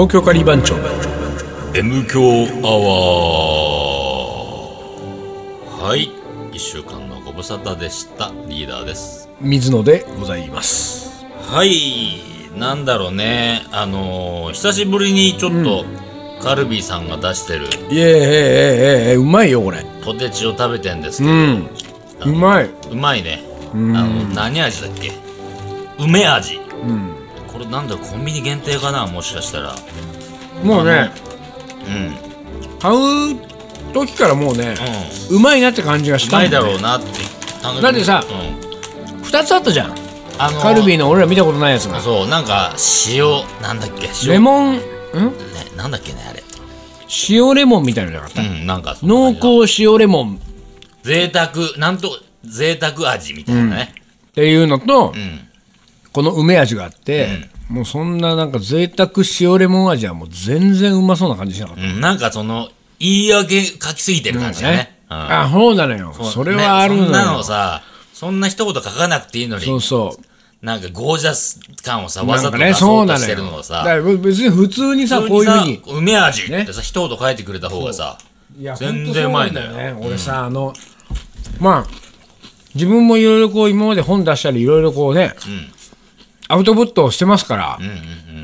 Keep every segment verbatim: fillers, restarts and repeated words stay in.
東京カリー番長 M 強アワー。はい、いっしゅうかんのご無沙汰でした。リーダーです。 水野でございます。 はい、なんだろうね、あのー、久しぶりにちょっと、うん、カルビーさんが出してるいえいえいえいえうまいよこれ。 ポテチを食べてんですけど、 うん、うまいうまいね。あの何味だっけ、梅味、うん、これなんだろう、コンビニ限定かな、もしかしたら。 もうね、 うん、 買う時からもうね、うん、うまいなって感じがしたもんね。 うまいだろうなって。 だってさ、うん、ふたつあったじゃん、あのー、カルビーの俺ら見たことないやつが。 そう、なんか塩なんだっけ、 レモンん、ね、 なんだっけね、あれ塩レモンみたいなのじゃなかった、うん、 なんか濃厚塩レモン贅沢なんと贅沢味みたいなね、 うん、っていうのと、 うん、 この梅味があって、うん、もうそんななんか贅沢塩レモン味はもう全然うまそうな感じしなかった、 うん、なんかその言い訳書きすぎてる感じだね、 うん、あ、そうなのよ。 そ, それはあるのよ、 ね、そんなのさ、そんな一言書かなくていいのに、 そうそう、 なんかゴージャス感をさ、わざと出そうとしてるのをさ、 だから別に普通にさ、こういうふうに梅味ってさ、ね、一言書いてくれた方がさ、 いや全然うまいんだよね。俺さ、うん、あのまあ自分もいろいろこう今まで本出したりいろいろこうね、うん、アウトプットをしてますから、うんうんうん、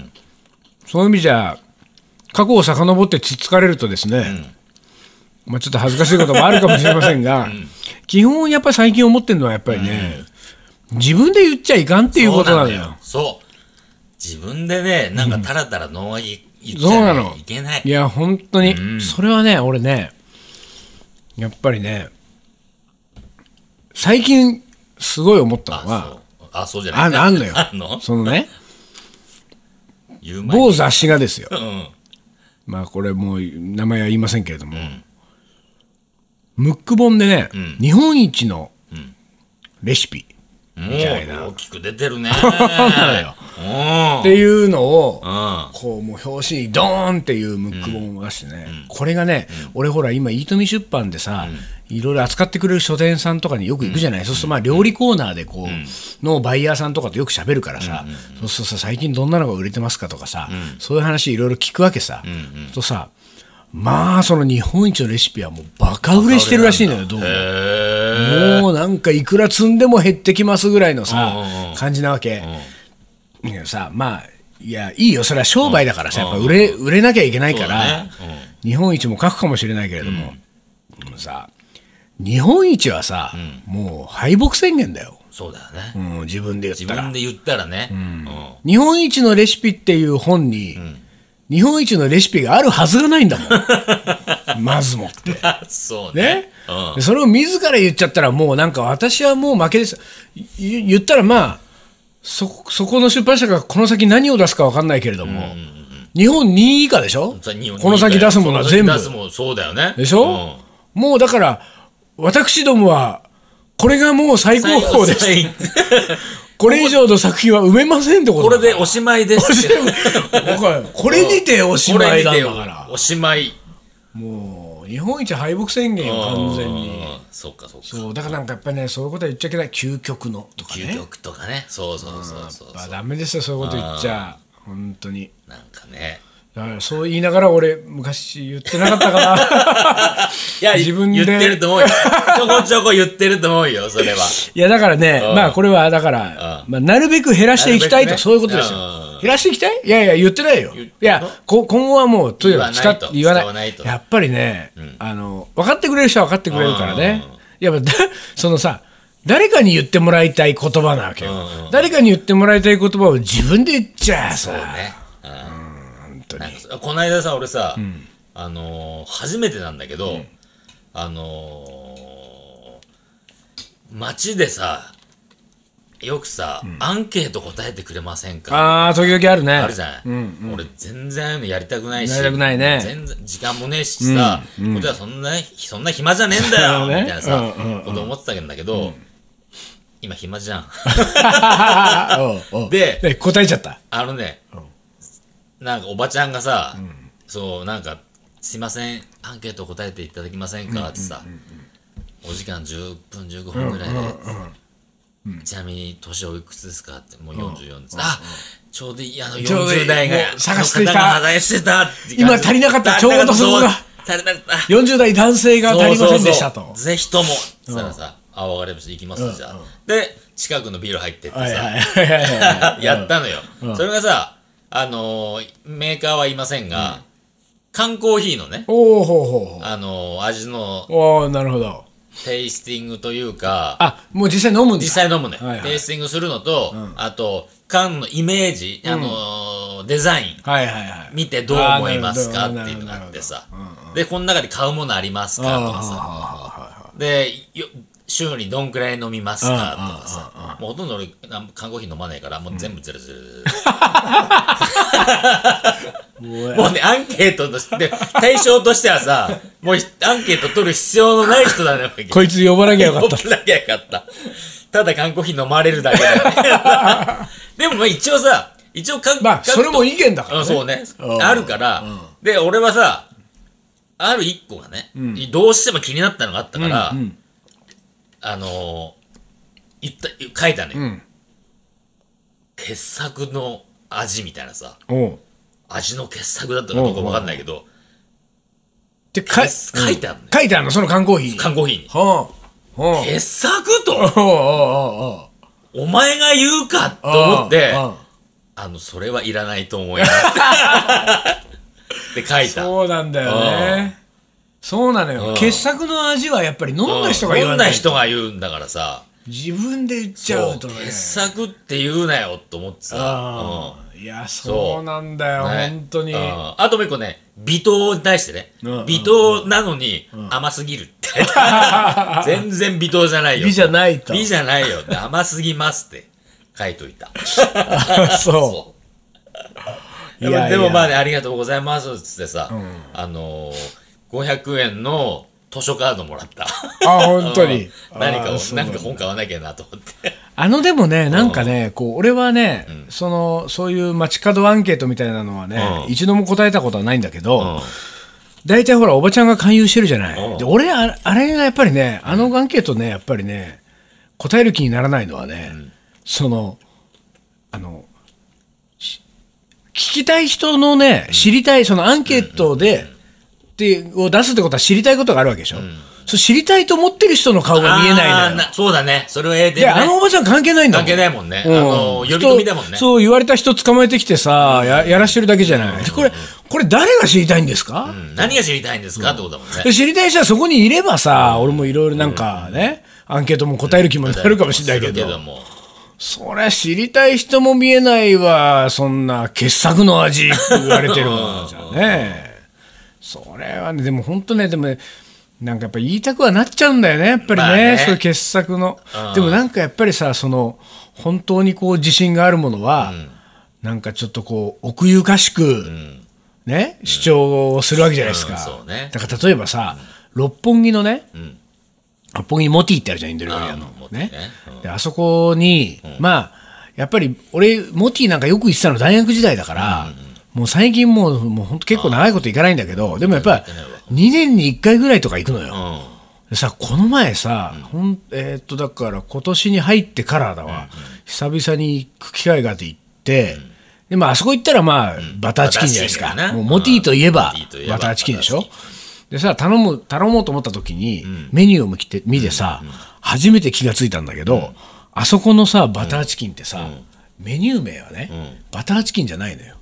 そういう意味じゃ過去を遡ってつっつかれるとですね、うん、まあ、ちょっと恥ずかしいこともあるかもしれませんが、うん、基本やっぱり最近思ってるのはやっぱりね、うん、自分で言っちゃいかんっていうことなのよ。 そう、自分でね、なんかタラタラの言っちゃいけない。 いや本当に、うん、それはね、俺ね、やっぱりね、最近すごい思ったのは、 あ、そうじゃない、 あ、あんのよ。 あんのそのね、某雑誌がですよ、うん、まあこれもう名前は言いませんけれども、うん、ムック本でね、うん、日本一のレシピみたいな、 大きく出てるねっていうのを、こうもう表紙にドーンっていうムック本を出してね、うん、これがね、うん、俺ほら今イートミ出版でさ、うん、いろいろ扱ってくれる書店さんとかによく行くじゃない、うん、そうするとまあ料理コーナーでこう、うん、のバイヤーさんとかとよく喋るからさ、うん、そうするとさ、最近どんなのが売れてますかとかさ、うん、そういう話いろいろ聞くわけさ、うん、とさ、まあその日本一のレシピはもうバカ売れしてるらしいのよ、どうも。もうなんかいくら積んでも減ってきますぐらいのさ、うん、感じなわけ、うん、さ、まあいやいいよ、それは商売だからさ、やっぱ売れ、売れなきゃいけないから、ね、うん、日本一も書くかもしれないけれども、うん、さ、日本一はさ、うん、もう敗北宣言だよ。 そうだよね、 うん、自分で言ったら自分で言ったらね、うんうん、 日本一のレシピっていう本に、うん、日本一のレシピがあるはずがないんだもんまずもってそうね、 うん、それを自ら言っちゃったらもうなんか私はもう負けです。言ったらまあ そ, そこの出版社がこの先何を出すか分かんないけれども、うんうんうん、日本にい以下でしょ、この先出すものは全部出すもの、そうだよねでしょ、うん、もうだから私どもはこれがもう最高峰ですこれ以上の作品は埋めませんってことだ。 これでおしまいですこれにておしまいなんだから、 おしまい、 もう日本一敗北宣言よ完全に。 そうかそうか、 そうだからなんかやっぱりね、そういうことは言っちゃいけない、究極のとかね、 究極とかね、そうそうそうそう、 やっぱダメですよそういうこと言っちゃ、本当になんかね、 だからそう言いながら俺昔言ってなかったかないや自分で言ってると思うよちょこちょこ言ってると思うよそれは。 いやだからね、まあこれはだから、まあ、なるべく減らしていきたいと、ね、そういうことですよ。減らしていきたい、いやいや言ってないよ。いやこ今後はもうとにかく使って言わない、ないやっぱりね、うん、あの分かってくれる人は分かってくれるからね。やっぱそのさ、誰かに言ってもらいたい言葉なわけよ。誰かに言ってもらいたい言葉を自分で言っちゃさ、そうね、 うん、この間さ俺さ、うん、あのー、初めてなんだけど、うん、あのー、街でさよくさ、うん、アンケート答えてくれませんか。 ああ時々あるね、 あるじゃない、うんうん、俺全然やりたくないし、 やりたくないね、 全然時間もねえしさ、うんうん、ことはそんなそんな暇じゃねえんだよ、ね、みたいなさ、うんうんうん、こと思ってたんだけど、うん、今暇じゃんおうおうで, で答えちゃった。 あのね、なんかおばちゃんがさ、うん、そうなんかすいませんアンケート答えていただけませんかってさ、うんうんうんうん、お時間じゅっぷんじゅうごふんぐらいで、うんうんうん、 ちなみに年おいくつですかって、もうよんじゅうよんです。あ、ちょうどいい、あのよんじゅう代が探してた、 探してた。 今足りなかった、ちょうどそこが足りなかった。 よんじゅう代男性が足りませんでしたと。 ぜひとも。そしたらさ、あ、わかりました、行きますじゃあ。で、近くのビル入ってってさ、やったのよ。それがさ、あの、メーカーはいませんが、缶コーヒーのね、 おーほうほう、 あの、味の、 おー、なるほど。 テイスティングというか、 あ、もう実際飲むんだ。 実際飲むね。テイスティングするのと、あと、缶のイメージ、あの、デザイン、見てどう思いますかっていうのがあってさ、で、この中で買うものありますかとかさ、で、週にどんくらい飲みますかとかさ、もうほとんど俺、缶コーヒー飲まないから、もう全部ゼロゼロ。もうね、アンケートとして、対象としてはさ、もうアンケート取る必要のない人だね。 こいつ呼ばなきゃよかった。 呼ばなきゃよかった。ただ缶コーヒー飲まれるだけだ。でもまあ一応さ、一応缶、 まあそれも意見だからね。 そうね。あるから、で、俺はさ、ある一個がね、どうしても気になったのがあったから、あの、言った、書いたね。傑作の味みたいなさ。味の傑作だったかどうか分かんないけど、 で書いてあるの書いてあるの、その缶コーヒーに。 缶コーヒーに。傑作とお前が言うかと思って、あの、それはいらないと思います。って書いた。 そうなんだよね。そうなのよ。傑作の味はやっぱり飲んだ人が言わない。 飲んだ人が言うんだからさ。 自分で言っちゃうとね。 傑作って言うなよと思ってさ。 いや、そうなんだよ、本当に。 あともう一個ね、微糖に対してね、微糖なのに甘すぎるって。全然微糖じゃないよ。 微じゃないと。 微じゃないよ。甘すぎますって書いといた。 そう。 でもまあね、ありがとうございますっつってさ、あの、ごひゃくえんの図書カードもらった。 あ、本当に。 何かを、何か本買わなきゃなと思って。 あのでもね、なんかね、こう俺はね、そのそういう街角アンケートみたいなのはね、一度も答えたことはないんだけど、大体ほらおばちゃんが勧誘してるじゃない。で俺あれがやっぱりね、あのアンケートね、やっぱりね、答える気にならないのはね、そのあの聞きたい人のね、知りたいそのアンケートででを出すってことは知りたいことがあるわけでしょ。そう知りたいと思ってる人の顔が見えないのよ。 そうだね。それはええで、 ね。あのおばちゃん関係ないんだもん。 関係ないもんね。うん、あの、呼び込みだもんね。 そう、言われた人捕まえてきてさ、や、やらしてるだけじゃない。これ、これ誰が知りたいんですか、 うん、何が知りたいんですか、うん、ってことだもんね。 知りたい人はそこにいればさ、俺もいろいろなんかね、アンケートも答える気もなるかもしれないけど。けどもそりゃ知りたい人も見えないわ、そんな傑作の味って言われてるもんじゃね。それはね、でも本当ね、でもね、なんかやっぱ言いたくはなっちゃうんだよね、やっぱり ね,、まあ、ねそういう傑作の、うん、でもなんかやっぱりさ、その本当にこう自信があるものは、うん、なんかちょっとこう奥ゆかしく、うんね、主張をするわけじゃないですか、うんうんね、だから例えばさ、うん、六本木のね、うん、六本木にモティってあるじゃん、インド料理屋の、うんねうん、であそこに、うん、まあやっぱり俺モティなんかよく行ってたの大学時代だから、うんうん、もう最近もう、もう本当結構長いこと行かないんだけど、でもやっぱりにねんにいっかいぐらいとか行くのよ。うん、でさ、この前さ、うん、ほんえー、っとだから今年に入ってからだわ、うんうん、久々に行く機会があって行って、うん、でもあそこ行ったらまあ、うん、バターチキンじゃないですか。もうモティといえばバターチキンでしょ。でさ、頼む頼もうと思った時に、うん、メニューを見て見てさ、うんうん、初めて気がついたんだけど、うん、あそこのさバターチキンってさ、うん、メニュー名はね、うん、バターチキンじゃないのよ。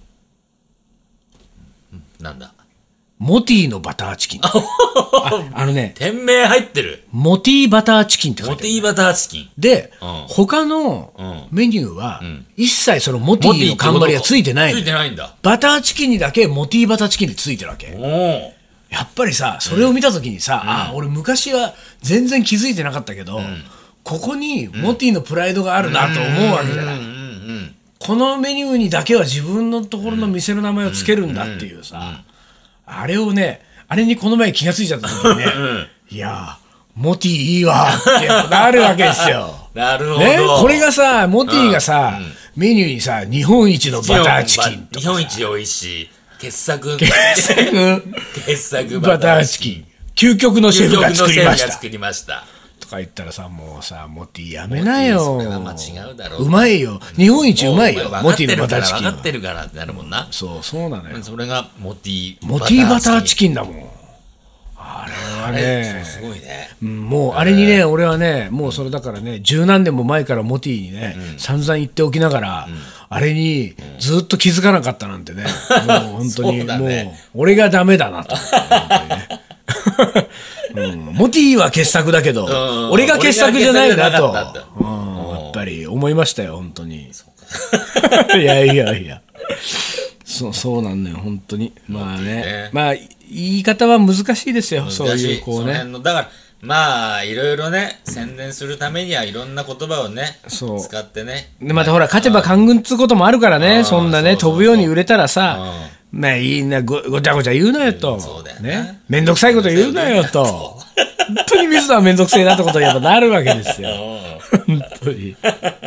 なんだモティのバターチキン。あ, あのね、 店名入ってる。 モティバターチキンって書いてある。 モティバターチキンで、うん、他のメニューは、うん、一切そのモティの看板がついてないの。 ついてないんだ。 バターチキンにだけモティバターチキンでついてるわけ。おやっぱりさ、それを見たときにさ、うん、あ、俺昔は全然気づいてなかったけど、うん、ここにモティのプライドがあるなと思うわけじゃない。このメニューにだけは自分のところの店の名前をつけるんだっていうさ、あれをね、あれにこの前気がついちゃった時にね、いやモティいいわってなるわけですよ。 なるほど、 ね、これがさ、モティがさ、うん、メニューにさ、日本一のバターチキンとか、 日本一おいしい傑作傑作傑作バターチキン、究極のシェフが作りました作りましたとか言ったらさ、もうさ、モティやめなよ。 それは間違うだろう。 うまいよ。日本一うまいよ。モティのバターチキン。 分かってるからってなるもんな。 そう、そうなのよ。 それがモティモティバターチキンだもん。あれはね、 すごいね。 もうあれにね、俺はね、もうそれだからね、十何年も前からモティにね、散々言っておきながら、あれにずっと気づかなかったなんてね、もう本当に、もう俺がダメだなと思って、本当にね。うん、モティは傑作だけど、うん、俺が傑作じゃないなと、うん、やっぱり思いましたよ、本当に。いやいやいや、そう、そうなんだよ、本当に。まあね、ね、まあ言い方は難しいですよ、そういうこうね。 だからまあいろいろね、宣伝するためにはいろんな言葉をね、使ってね。 でまたほら、勝てば官軍っつうこともあるからね、そんなね、飛ぶように売れたらさ、まあいいな、ご、ごちゃごちゃ言うなよと。そうだよね。めんどくさいこと言うなよと。本当に水野はめんどくせえなってことにやっぱなるわけですよ。本当に。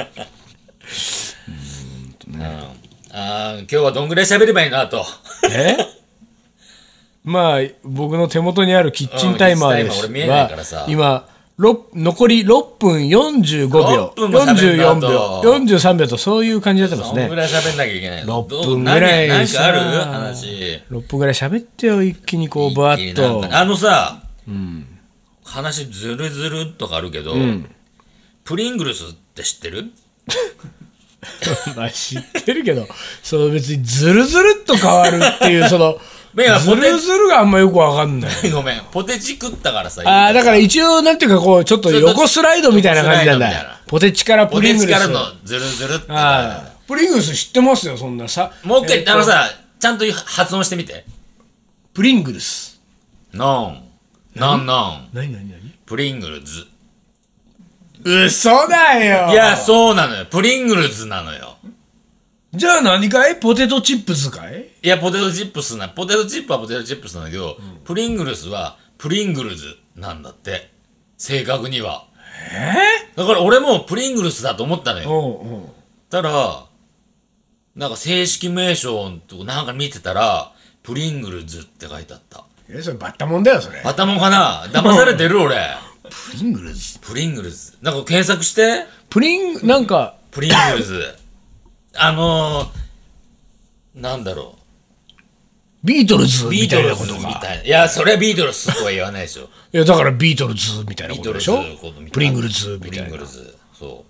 ああ、今日はどんぐらい喋ればいいなと。 えまあ、僕の手元にあるキッチンタイマーですは、今、残りろっぷんよんじゅうごびょう、よんじゅうよんびょう、よんじゅうさんびょうとそういう感じになってますね。 どんぐらい喋んなきゃいけないの？ ろっぷんぐらい。 何かある話。 ろっぷんぐらい喋ってよ、一気にこう、バーッと。 あのさ、うん、話ずるずるとかあるけど、うん、プリングルスって知ってる？ まあ知ってるけど、その別にずるずるっと変わるっていう、その、ずるずるがあんまよくわかんない。 ごめん、ポテチ食ったからさ。 ああ、だから一応なんていうかこう、ちょっと横スライドみたいな感じなんだ。ポテチからプリングルス。 ポテチからのずるずるって。 ああ、プリングルス知ってますよ、そんなさ。 もう一回、あのさ、ちゃんと発音してみて。 プリングルス。 ノン。ノンノン。 なになになに？ プリングルズ。 嘘だよ。 いや、そうなのよ。プリングルズなのよ。 じゃあ何かい？ポテトチップスかい？ いや、ポテトチップスな、ポテトチップはポテトチップスなんだけど、うん、プリングルスはプリングルズなんだって。正確には。 えー、だから俺もプリングルスだと思ったのよ。 おうおうたら、なんか正式名称となんか見てたら、プリングルズって書いてあった。 え、それバッタモンだよ、それ。 バッタモンかな？騙されてる俺。 プリングルズ。 プリングルズ。なんか検索して。 プリン、なんか。 プリングルズ。あのー、なんだろう。 ビートルズみたいなことか。 ビートルズみたいな。いや、それはビートルズとは言わないでしょ。 いや、だからビートルズみたいなことでしょ。プリングルズみたいな。 プリングルズ。そう。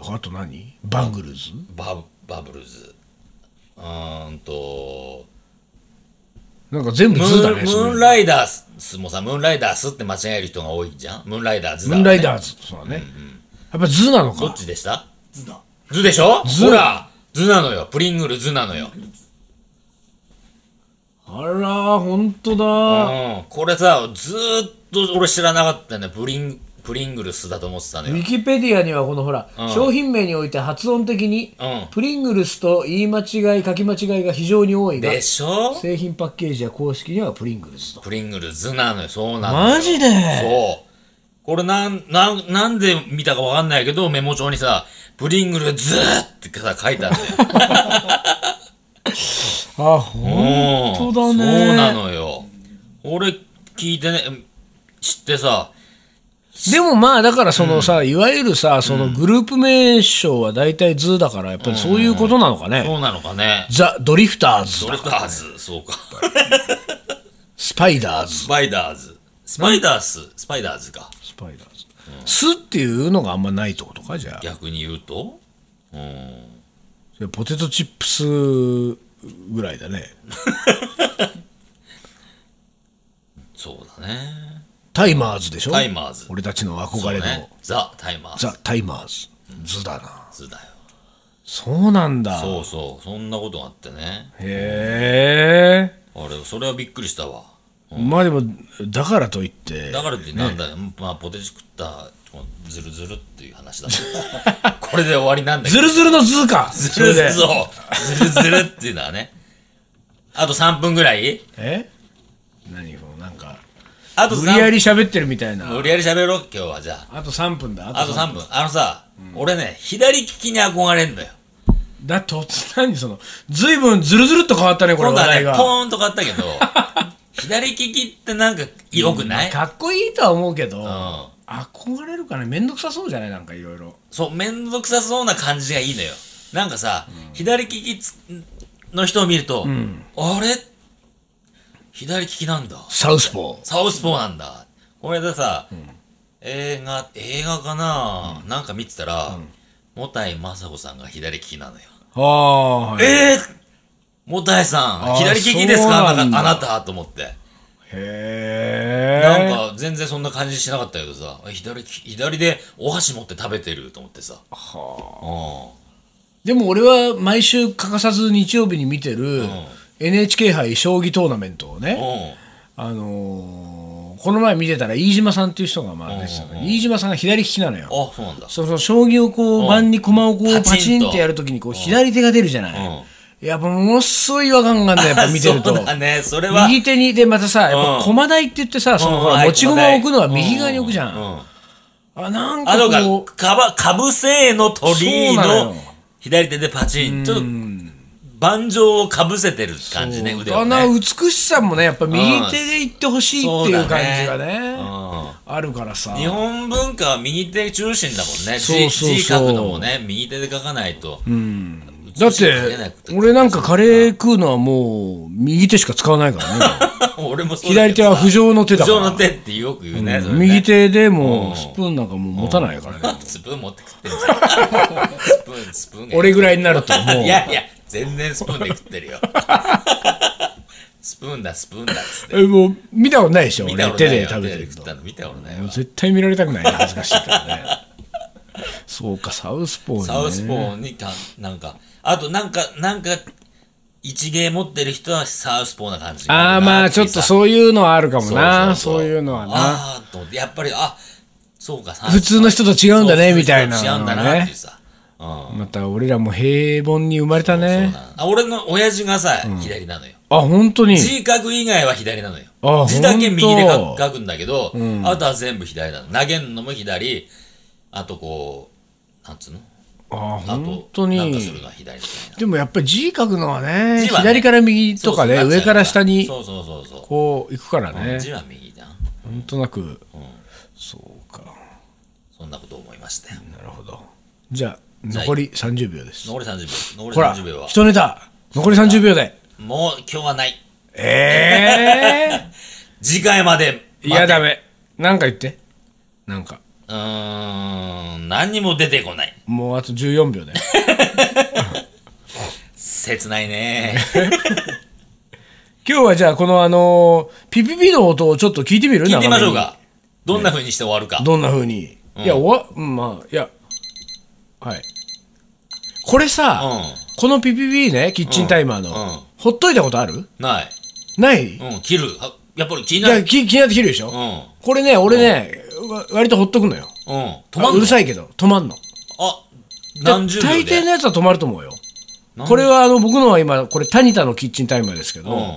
あと何？バングルズ？ バ、バブルズ。うーんと、 なんか全部ズだね。 ムーンライダースもさ、ムーンライダースって間違える人が多いじゃん。ムーンライダーズだ、ね。 ムーンライダーズ。そうだね。うんうん、やっぱズなのか。 どっちでした？ズだ。ズでしょ？ほら、ズなのよ。プリングルズなのよ。 あら、ほんとだ。 うん。これさ、ずーっと俺知らなかったね。プリン、プリングルスだと思ってたのよ。 ウィキペディアにはこのほら、うん、商品名において発音的に、うん、プリングルスと言い間違い、書き間違いが非常に多いが、 でしょ？ 製品パッケージや公式にはプリングルスと。 プリングルズなのよ。そうなのよ。 マジで？ そう。これなん、なん、なんで見たかわかんないけど、メモ帳にさ、プリングルズってさ、書いてあるんだよ。 あ、ほんとだね。 そうなのよ。俺聞いてね、知ってさ。 でもまあ、だからそのさ、うん、いわゆるさ、そのグループ名称は大体ズだから、やっぱりそういうことなのかね。 うんうん、そうなのかね。 ザ・ドリフターズ。 ドリフターズ、そうか。 スパイダーズ。 スパイダーズ。スパイダース。スパイダーズか。 スパイダーズ。うん、スっていうのがあんまないってことか、じゃあ。 逆に言うと、うん、 ポテトチップスぐらいだね。 そうだね。 タイマーズでしょ。 タイマーズ。 俺たちの憧れの、 ね、ザ・タイマーズ。 ザ・タイマーズ。ズだな。 ズだよ。 そうなんだ。 そうそう。そんなことがあってね。 へえ。 あれ、それはびっくりしたわ。 うん、まあでも、だからといって。 だからってなんだよ。ね、まあ、ポテチ食った、ズルズルっていう話だった。これで終わりなんだけど。 ズルズルのズか。 ズルズル。そう。ズルズルっていうのはね。あとさんぷんぐらい？ え？何こうなんか。あと無理やり喋ってるみたいな。 無理やり喋ろう、今日はじゃあ。 あとさんぷんだ。 あとさんぷん。あのさ、うん、俺ね、左利きに憧れんだよ。 だと、何その、ずいぶんズルズルっと変わったね、これ話題が。 今度はね、ポーンと変わったけど、左利きってなんか良くない？ かっこいいとは思うけど、 うん、 憧れるかね。めんどくさそうじゃない、なんかいろいろ。 そう、めんどくさそうな感じがいいのよ。なんかさ、うん、左利きの人を見ると、うん、あれ左利きなんだ。 サウスポー。 サウスポーなんだ。これでさ、うん、映画、映画かな、うん、なんか見てたら、もたいまさこさんが左利きなのよ。 ああ、はい、 えー、もたいさん、左利きですか、あなたと思って。 へえ。 なんか全然そんな感じしなかったけどさ、左左でお箸持って食べてると思ってさ。はあ。でも俺は毎週欠かさず日曜日に見てる、うん、エヌエイチケー 杯将棋トーナメントをね、うん、あのー、この前見てたら飯島さんっていう人がまあ出てたの、うん、飯島さんが左利きなのよ。 あ、そうなんだ。 その将棋をこう盤に駒をこうパチンってやるときにこう左手が出るじゃない。うん、やっぱものすごい違和感があるんだよ、やっぱ見てると。 そうだね、それは。 右手に、で、またさ、やっぱ駒台って言ってさ、そのほら、持ち駒を置くのは右側に置くじゃん。うんうん、あ、なんかこう。 あのか、か、かぶせの鳥居の左手でパチン。ちょっと、盤上をかぶせてる感じね、腕をね。 あの美しさもね、やっぱ右手でいってほしいっていう感じがね、あるからさ。 日本文化は右手中心だもんね。そうそうそう。字書くのもね、右手で書かないと。うん。 だって俺なんかカレー食うのはもう右手しか使わないからね。 俺もそうだけどさ、 左手は不浄の手だから。 不浄の手ってよく言うね。 うん、右手でもうスプーンなんかもう持たないからね。 スプーン持って食ってるじゃん。スプーンスプーン。 俺ぐらいになるともう。 いやいや全然スプーンで食ってるよ。スプーンだスプーンだっつって。 え、もう見たことないでしょ。俺手で食べてると。見たことないわ。 絶対見られたくない、恥ずかしいからね。そうか、サウスポーにね。 サウスポーにたなんか。あとなんか、なんか、一芸持ってる人はサウスポーな感じ。 ああ、まあちょっとそういうのはあるかもな。そういうのはな。 ああ、と思って、やっぱり、あ、そうか、 普通の人と違うんだね、みたいな。 違うんだなっていうさ。 また俺らも平凡に生まれたね。 あ、俺の親父がさ、左なのよ。 あ、本当に字書く以外は左なのよ。字だけ右で書くんだけど、あとは全部左なの。投げんのも左、あとこう、なんつうの、 ああ、本当に。 なんかするのは左みたいな。 でもやっぱり字書くのはね、ね、左から右とかね、上から下にこう行くからね。 字は右だ。 なんとなく、うん、そうか。 そんなこと思いましたよ。 なるほど。じゃあ残りさんじゅうびょうです。 残りさんじゅうびょう。残りさんじゅうびょうは。 一ネタ残りさんじゅうびょうで。 もう今日はない。 ええー。 次回まで。 いやダメ。なんか言って。なんか。 うーん、何にも出てこない。 もうあとじゅうよんびょうだよ。 切ないね。 今日はじゃあこのあのー、ピピピの音をちょっと聞いてみる？ 聞いてみましょうか。どんな風にして終わるか。 ね、どんな風に。うん、いや、終わ、うん、まあ、いや、はい。これさ、うん、このピピピね、キッチンタイマーの、うんうん、ほっといたことある？ ない。 ない？ うん、切る。やっぱり気になる。いや、 気になって切るでしょ？うん、これね、俺ね、うん、割とほっとくのよ。うん。止まんの？うるさいけど、止まんの。 あ、何十秒で？ 大抵のやつは止まると思うよ。これはあの、僕のは今、これタニタのキッチンタイマーですけど、うん、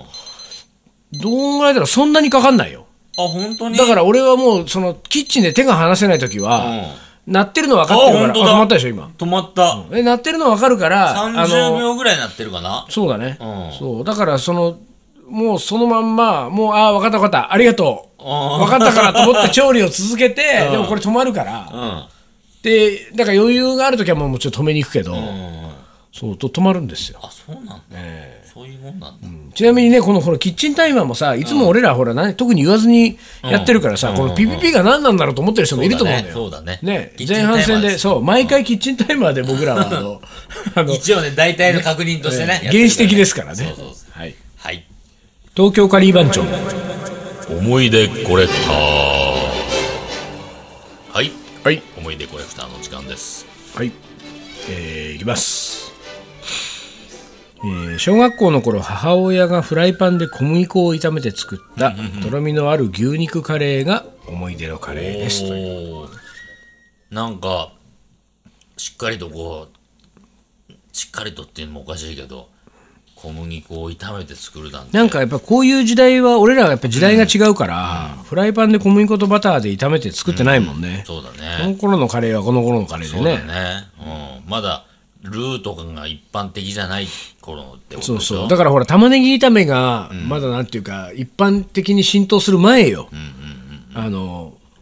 どんぐらいだろう、そんなにかかんないよ。 あ、本当に？ だから俺はもう、その、キッチンで手が離せないときは、うん、鳴ってるの分かってるから、あ、止まったでしょ、今。 止まった。 うん、え、鳴ってるの分かるから、 さんじゅうびょうぐらい鳴ってるかな？ そうだね。うん、そう。だから、その、もうそのまんま、もう、ああ、分かった分かった、ありがとう。分かったからと思って調理を続けて、うん、でもこれ止まるから、うん、で、だから余裕があるときはもうちょっと止めに行くけど、うん、そうと止まるんですよ。 あ、そうなんだ。えー、そういうもんなんだ。うん、 ちなみにね、このほらキッチンタイマーもさ、いつも俺らほら、何特に言わずにやってるからさ、うん、このピピピが何なんだろうと思ってる人もいると思うんだよ。 そうだね。 ね、前半戦で、そう、毎回キッチンタイマーで僕らはあの、 あの一応ね、大体の確認としてね。 原始的ですからね。 そうそうそう。 はい。 はい。 東京カリー番長。 思い出コレクター。はい。 はい。 思い出コレクターの時間です。 はい。えー、いきます。えー、小学校の頃、母親がフライパンで小麦粉を炒めて作ったとろみのある牛肉カレーが思い出のカレーですという。 なんかしっかりとこうしっかりとっていうのもおかしいけど小麦粉を炒めて作るなんて、 なんかやっぱこういう時代は俺らはやっぱ時代が違うから、うん、フライパンで小麦粉とバターで炒めて作ってないもんね、 うん、そうだね。 この頃のカレーはこの頃のカレーでね。 そうだね、うん、まだルーとかが一般的じゃない頃のってことでしょ。 そうそう。だからほら玉ねぎ炒めがまだなんていうか、うん、一般的に浸透する前よ、うんうんうんうん、あの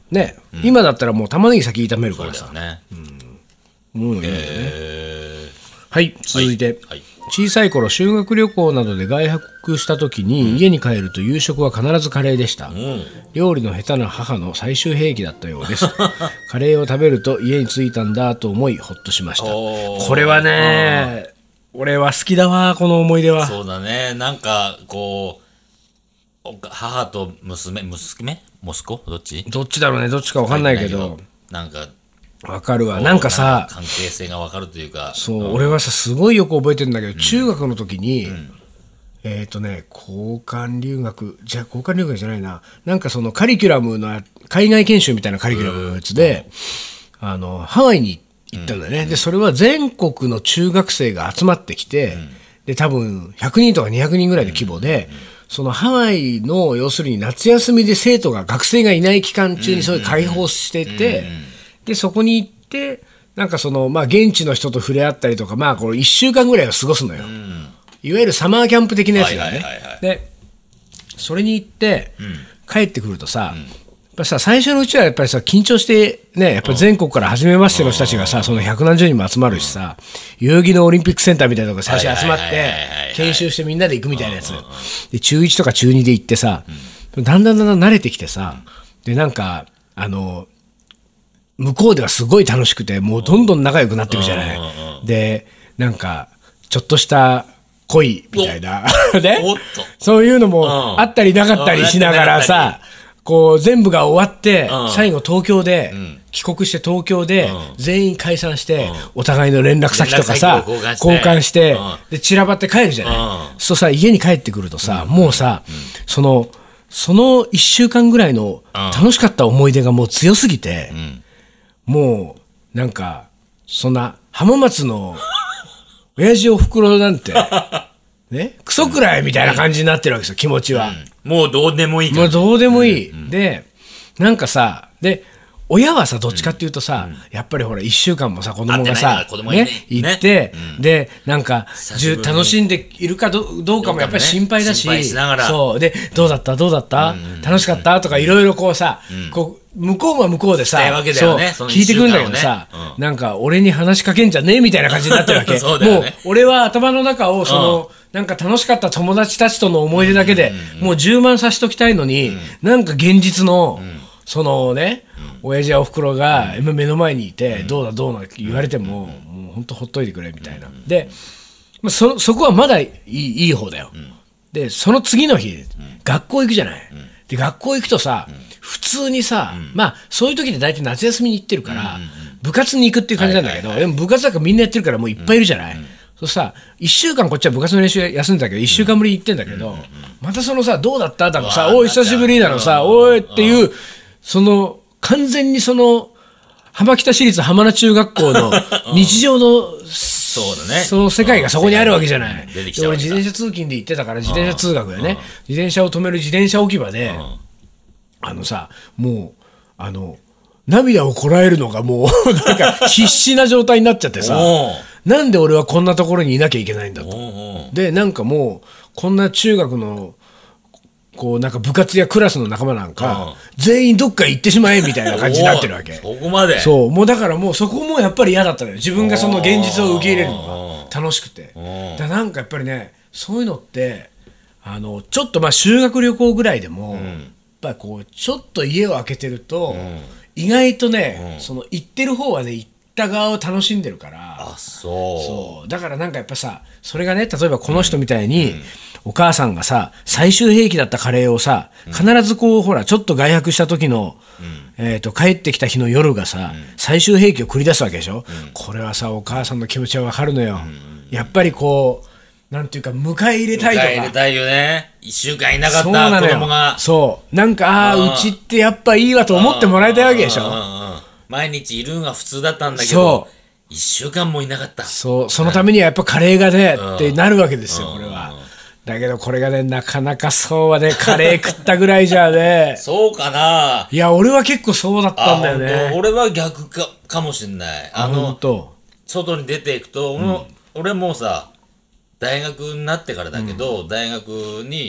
ね、うん、今だったらもう玉ねぎ先炒めるからさ、 そうだよね、 うん、もういいんだよね、えー、はい続いて、はいはい、小さい頃修学旅行などで外泊した時に家に帰ると夕食は必ずカレーでした、うん、料理の下手な母の最終兵器だったようですカレーを食べると家に着いたんだと思いほっとしました。これはね俺は好きだわこの思い出は。 そうだね、なんかこう母と娘娘息子どっちどっちだろうね、どっちか分かんないけどなんかわかるわ、なんかさ関係性がわかるというか、 そう、うん、俺はさすごいよく覚えてるんだけど、うん、中学の時に、うん、えっ、ー、とね交換留学じゃ交換留学じゃないな、なんかそのカリキュラムの海外研修みたいなカリキュラムのやつで、うん、あのハワイに行ったんだよね、うん、でそれは全国の中学生が集まってきて、うん、で多分ひゃくにんとかにひゃくにんぐらいの規模で、うん、そのハワイの要するに夏休みで生徒が学生がいない期間中にそういう開放してて、でそこに行ってなんかその、まあ、現地の人と触れ合ったりとか、まあ、これいっしゅうかんぐらいは過ごすのよ、うん、いわゆるサマーキャンプ的なやつだね、でそれに行って、うん、帰ってくるとさ、うん、やっぱさ最初のうちはやっぱりさ緊張してね、やっぱり全国から初めましての人たちがさ、その百何十人も集まるしさ、代々木のオリンピックセンターみたいなとこ最初集まって研修してみんなで行くみたいなやつで、中いちとか中にで行ってさ、だんだんだんだん慣れてきてさ、でなんかあの向こうではすごい楽しくてもうどんどん仲良くなっていくじゃない。でなんかちょっとした恋みたいなね、そういうのもあったりなかったりしながらさ、こう全部が終わって最後東京で帰国して東京で全員解散してお互いの連絡先とかさ交換してで散らばって帰るじゃない。そうさ家に帰ってくるとさもうさそのそのいっしゅうかんぐらいの楽しかった思い出がもう強すぎて、もうなんかそんな浜松の親父おふくろなんてねクソくらいみたいな感じになってるわけですよ、気持ちは、 うん、もうどうでもいいもうどうでもいい、うんうん、でなんかさで親はさどっちかっていうとさ、うん、やっぱりほらいっしゅうかんもさ子供がさね行って、ねうん、でなんか楽しんでいるか ど, どうかもやっぱり心配だし、ね、しそうでどうだったどうだった、うん、楽しかったとかいろいろこうさ、うん、こう向こうは向こうでさ、 ね、 そう聞いてくるんだけどさ、うん、なんか俺に話しかけんじゃねえみたいな感じになってるわけそうだよ、ね、もう俺は頭の中をその、うん、なんか楽しかった友達たちとの思い出だけで、うん、もう充満させときたいのに、うん、なんか現実の、うん、そのね、うん、親父やおふくろが今目の前にいて、うん、どうだどうだって言われても、うん、もう本当ほっといてくれみたいな、うん、で、まあ、そ, そこはまだいい、いい方だよ、うん、でその次の日、うん、学校行くじゃない、うん、で学校行くとさ、うん、普通にさ、うん、まあそういう時で大体夏休みに行ってるから、うん、部活に行くっていう感じなんだけど、はいはいはい、でも部活だからみんなやってるからもういっぱいいるじゃない、うんうん、そうさいっしゅうかんこっちは部活の練習休んだけどいっしゅうかんぶりに行ってんだけど、うんうんうん、またそのさどうだっただのさおい久しぶりだのさおいっていうその完全にその浜北市立浜名中学校の日常のそうだね、 その世界がそこにあるわけじゃない。 で俺自転車通勤で行ってたから自転車通学でね、自転車を止める自転車置き場であのさもうあの涙をこらえるのがもうなんか必死な状態になっちゃってさなんで俺はこんなところにいなきゃいけないんだと。でなんかもうこんな中学のこうなんか部活やクラスの仲間なんか全員どっか行ってしまえみたいな感じになってるわけ。 そこまでそうもうだからもうそこもやっぱり嫌だったのよ。自分がその現実を受け入れるのが楽しくてだなんかやっぱりねそういうのってあのちょっとまあ修学旅行ぐらいでも、うん、やっぱりこうちょっと家を空けてると、うん、意外とね、うん、その行ってる方はね行った側を楽しんでるからあそうそうだからなんかやっぱさそれがね例えばこの人みたいに、うんうんお母さんがさ最終兵器だったカレーをさ必ずこうほらちょっと外泊した時の、うんえー、と帰ってきた日の夜がさ、うん、最終兵器を繰り出すわけでしょ、うん、これはさお母さんの気持ちはわかるのよ、うん、やっぱりこうなんていうか迎え入れたいとか迎え入れたいよねいっしゅうかんいなかった子供がそうなんかああうちってやっぱいいわと思ってもらいたいわけでしょ毎日いるのが普通だったんだけどいっしゅうかんもいなかったそうそのためにはやっぱカレーがね、うん、ってなるわけですよこれはだけどこれがねなかなかそうはねカレー食ったぐらいじゃねそうかないや俺は結構そうだったんだよね俺は逆かかもしれないあの外に出ていくと、うん、俺もうさ大学になってからだけど、うん、大学に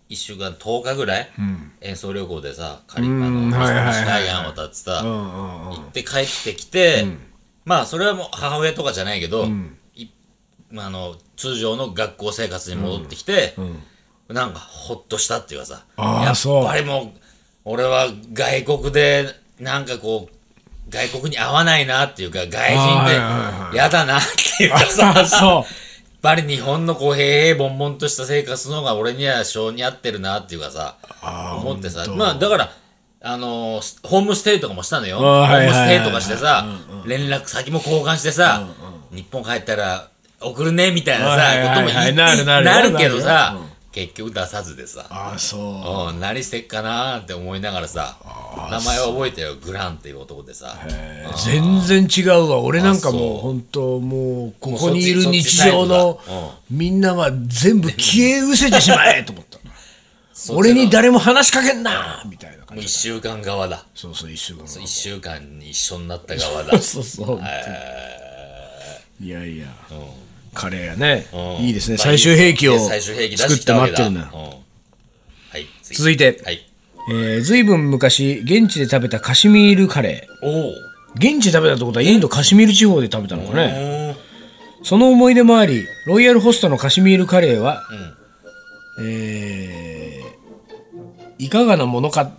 いっしゅうかんとおかぐらい、うん、演奏旅行でさカリバの西海岸を渡ってさ行って帰ってきて、うん、まあそれはもう母親とかじゃないけど、うん、あの通常の学校生活に戻ってきて、うんうん、なんかほっとしたっていうかさやっぱりもう俺は外国でなんかこう外国に合わないなっていうか外人って嫌だなっていうかさそうやっぱり日本のこう平々凡々とした生活の方が俺には性に合ってるなっていうかさ思ってさまあだからあのー、ホームステイとかもしたのよホームステイとかしてさ連絡先も交換してさ、うんうん、日本帰ったら送るねみたいなさことも言いなるけどさ、うん結局出さずでさあそう、 うん、何してっかなーって思いながらさ名前は覚えてよグランっていう男でさ全然違うわ俺なんかもう本当もうここにいる日常のみんなは全部消え失せてしまえと思った俺に誰も話しかけんなみたいな感じいっしゅうかん側だそうそういっしゅうかんそういっしゅうかんに一緒になった側だそうそういやいや、うんカレーやね、うん、いいですね、まあ、最終兵器を作って待ってるな、うんはい、続いて、はいえー、ずいぶん昔現地で食べたカシミールカレーお現地で食べたってことはインドカシミール地方で食べたのかねその思い出もありロイヤルホストのカシミールカレーは、うんえー、いかがなものか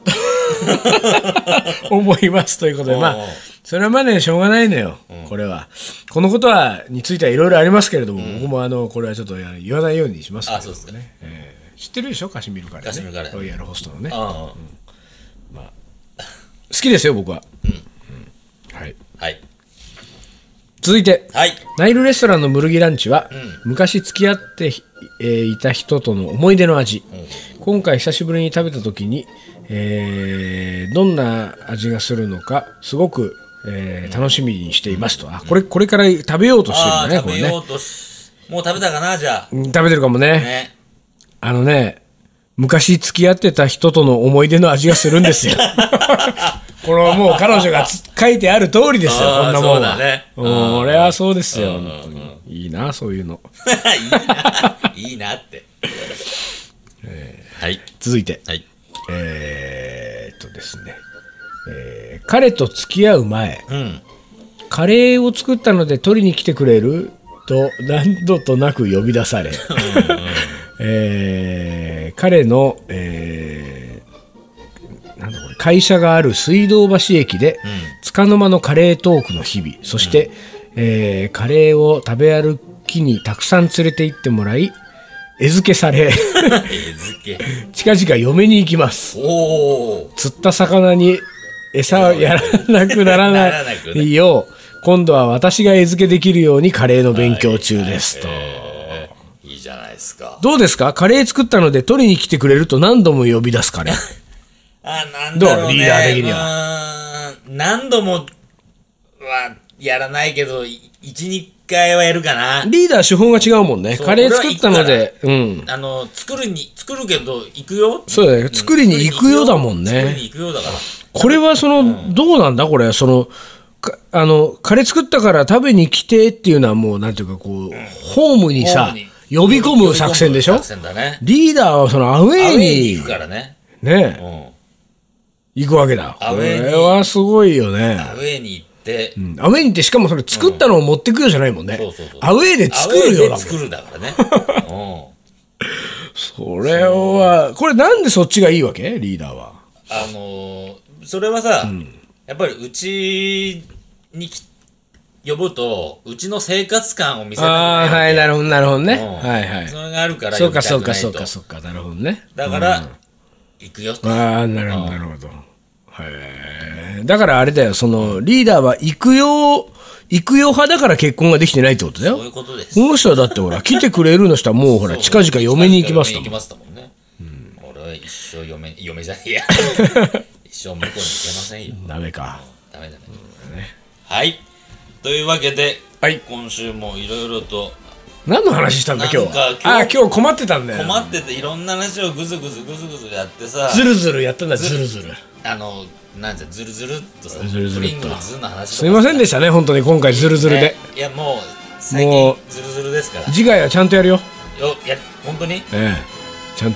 思いますということでまあそれはまあねしょうがないのよ、うん、これはこのことはについてはいろいろありますけれども、うん、僕もあのこれはちょっと言わないようにしますけど、ね、あそうですね、えー、知ってるでしょカシミールカレー、ね、カシミールカレーロイヤルホストのね、うんまあ、好きですよ僕は、うんうんはいはい、続いて、はい、ナイルレストランのムルギランチは、うん、昔付き合って、えー、いた人との思い出の味、うん、今回久しぶりに食べた時に、えー、どんな味がするのかすごくえー、楽しみにしていますと、うん、あこれこれから食べようとしてるんだねこれね。食べようとしもう食べたかなじゃあ。 食べてるかもね。ねあのね昔付き合ってた人との思い出の味がするんですよ。これはもう彼女が書いてある通りですよこんなもんは。そうだね。俺はそうですよ。本当にいいなそういうの。 いいないいなって。 えー、はい続いて、はい、えー、っとですね。えー、彼と付き合う前、うん、カレーを作ったので取りに来てくれると何度となく呼び出され、うんうんえー、彼の、えー、なんだこれ会社がある水道橋駅で、うん、束の間のカレートークの日々そして、うんえー、カレーを食べ歩きにたくさん連れて行ってもらい餌付けされ近々嫁に行きますお釣った魚に餌をやらなくならないよう今度は私が餌付けできるようにカレーの勉強中ですと、 えー、いいじゃないですかどうですかカレー作ったので取りに来てくれると何度も呼び出すカレーあなんだろうねどうリーダー的には何度もはやらないけどいち、にかいはやるかなリーダー手法が違うもんねカレー作ったので、 うん、あの作るに作るけど行くよそうだね作りに行くよだもんね作りに行くよだからこれはその、うん、どうなんだこれそのあのカレー作ったから食べに来てっていうのはもうなんていうかこう、うん、ホームにさ呼び込む作戦でしょ、ね、リーダーはそのアウェーに行くからねね、うん、行くわけだこれはすごいよねアウェーに行って、 うん、アウェーに行ってしかもそれ作ったのを持ってくよじゃないもんね、うん、そうそうそうアウェーで作るよだもんアウェーで作るだからね、 うん、それはこれなんでそっちがいいわけリーダーはあのー、それはさ、うん、やっぱりうちに呼ぶとうちの生活感を見せたくないああはいなるほどなるほどね、うん、はいはいそれがあるからそうかそうかそうかそうかなるほどねだから、うん、行くよとああなるほどなるほど、うん、へえだからあれだよそのリーダーは行くよ行くよ派だから結婚ができてないってことだよそういうことですこの人はだってほら来てくれるの人はもうほら近々嫁に行きますと行きますともんね、うん、俺は一生嫁嫁じゃねえや一生向こうに行けませんよダメかダメダメ、うんね、はいというわけで、はい、今週もいろいろと何の話したんだ今日はああ今日困ってたんだよ困ってていろんな話をぐずぐずぐずぐずやってさずるずるやったんだずるずるあのなんてずるずるっとさずるずるっとずの話すいませんでしたね本当に今回ずるずるで、ね、 いやもう最近ずるずるですから次回はちゃんとやるよよや本当にええちゃんとやるよ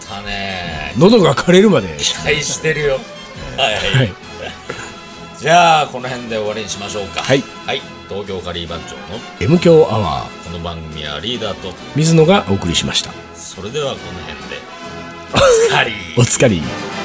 たね。 喉が枯れるまで期待してるよ。はい、はい、じゃあこの辺で終わりにしましょうか。はい、はい、東京カリー番長の M 強アワー。 この番組はリーダーと水野がお送りしました。 それではこの辺でおつかりおつかり。